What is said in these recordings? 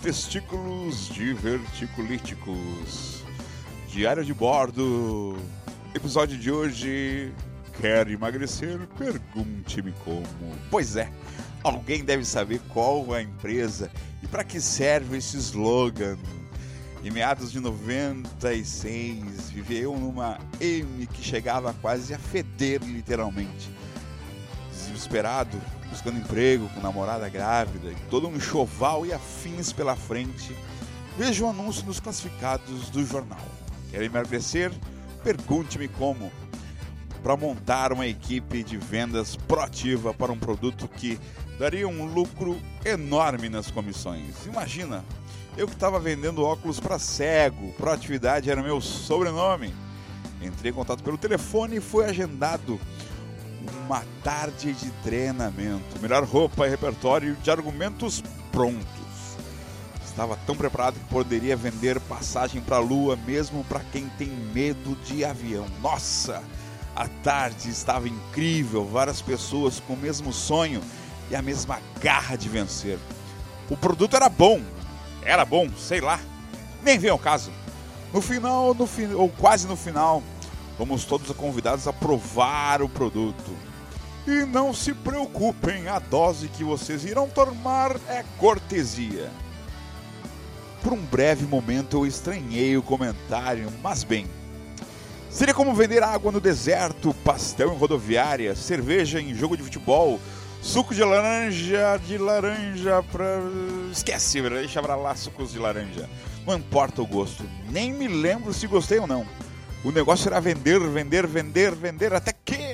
Testículos diverticulíticos. Diário de bordo. Episódio de hoje. Quer emagrecer? Pergunte-me como. Pois é, alguém deve saber qual a empresa e para que serve esse slogan. Em meados de 96, vivia eu numa M que chegava quase a feder, literalmente. Desesperado, buscando emprego, com namorada grávida, todo um enxoval e afins pela frente, vejo um anúncio nos classificados do jornal. Quer emagrecer? Pergunte-me como. Para montar uma equipe de vendas proativa para um produto que daria um lucro enorme nas comissões. Imagina, eu que estava vendendo óculos para cego, proatividade era meu sobrenome. Entrei em contato pelo telefone e foi agendado uma tarde de treinamento, melhor roupa e repertório de argumentos prontos. Estava tão preparado que poderia vender passagem para a lua mesmo para quem tem medo de avião. Nossa, a tarde estava incrível, várias pessoas com o mesmo sonho e a mesma garra de vencer. O produto era bom, sei lá, nem vem ao caso. No final, ou quase no final, fomos todos convidados a provar o produto. E não se preocupem, a dose que vocês irão tomar é cortesia. Por um breve momento eu estranhei o comentário, mas bem. Seria como vender água no deserto, pastel em rodoviária, cerveja em jogo de futebol, suco de laranja pra... Esquece, deixa pra lá sucos de laranja. Não importa o gosto, nem me lembro se gostei ou não. O negócio era vender, até que...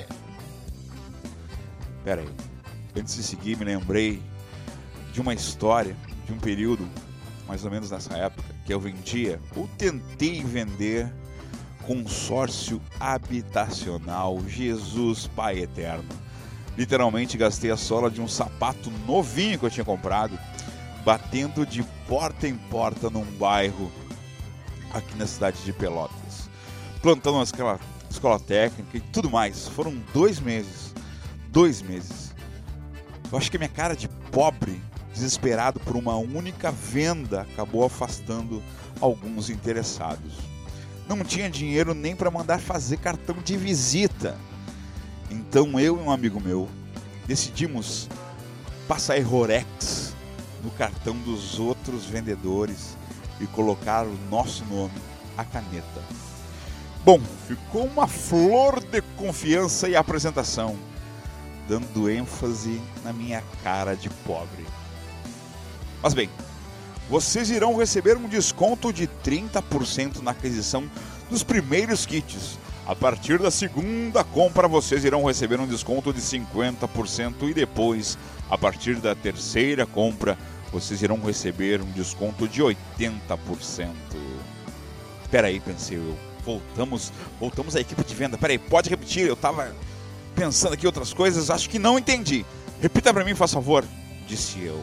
Pera aí, antes de seguir me lembrei de uma história, de um período, mais ou menos nessa época, que eu vendia, ou tentei vender, consórcio habitacional, Jesus Pai Eterno. Literalmente gastei a sola de um sapato novinho que eu tinha comprado, batendo de porta em porta num bairro aqui na cidade de Pelotas, plantando aquela escola técnica e tudo mais. Foram 2 meses. 2 meses. Eu acho que minha cara de pobre, desesperado por uma única venda, acabou afastando alguns interessados. Não tinha dinheiro nem para mandar fazer cartão de visita. Então eu e um amigo meu decidimos passar Rorex no cartão dos outros vendedores e colocar o nosso nome à caneta. Bom, ficou uma flor de confiança e apresentação, dando ênfase na minha cara de pobre. Mas bem, vocês irão receber um desconto de 30% na aquisição dos primeiros kits. A partir da segunda compra, vocês irão receber um desconto de 50% e depois, a partir da terceira compra, vocês irão receber um desconto de 80%. Peraí, pensei eu. Voltamos à equipe de venda. Peraí, pode repetir? Eu tava pensando aqui outras coisas, acho que não entendi. Repita para mim, faz favor, disse eu.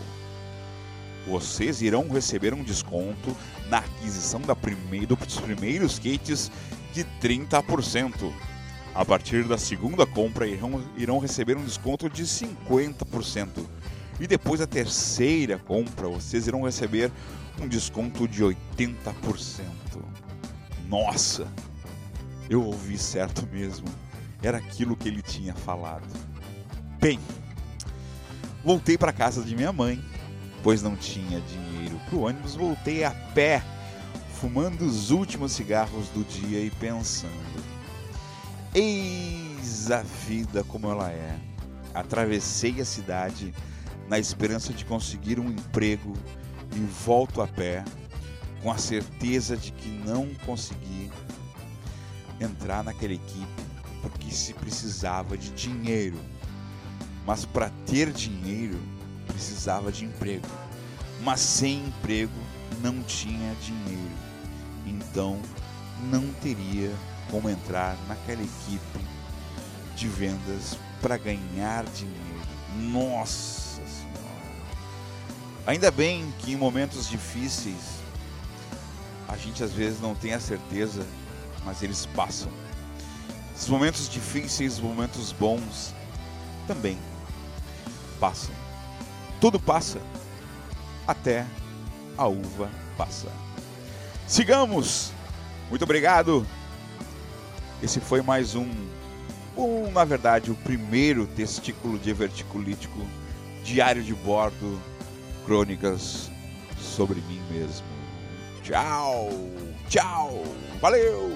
Vocês irão receber um desconto na aquisição dos primeiros kits de 30%. A partir da segunda compra, irão receber um desconto de 50%. E depois da terceira compra, vocês irão receber um desconto de 80%. Nossa, eu ouvi certo mesmo. Era aquilo que ele tinha falado. Bem, voltei para casa de minha mãe, pois não tinha dinheiro para o ônibus. Voltei a pé, fumando os últimos cigarros do dia e pensando: eis a vida como ela é. Atravessei a cidade na esperança de conseguir um emprego e volto a pé com a certeza de que não consegui entrar naquela equipe porque se precisava de dinheiro. Mas para ter dinheiro precisava de emprego. Mas sem emprego não tinha dinheiro. Então não teria como entrar naquela equipe de vendas para ganhar dinheiro. Nossa Senhora! Ainda bem que em momentos difíceis a gente às vezes não tem a certeza, mas eles passam. Os momentos difíceis, os momentos bons também passam. Tudo passa, até a uva passa. Sigamos! Muito obrigado! Esse foi mais na verdade, o primeiro testículo diverticulítico, diário de bordo, crônicas sobre mim mesmo. Tchau! Tchau! Valeu!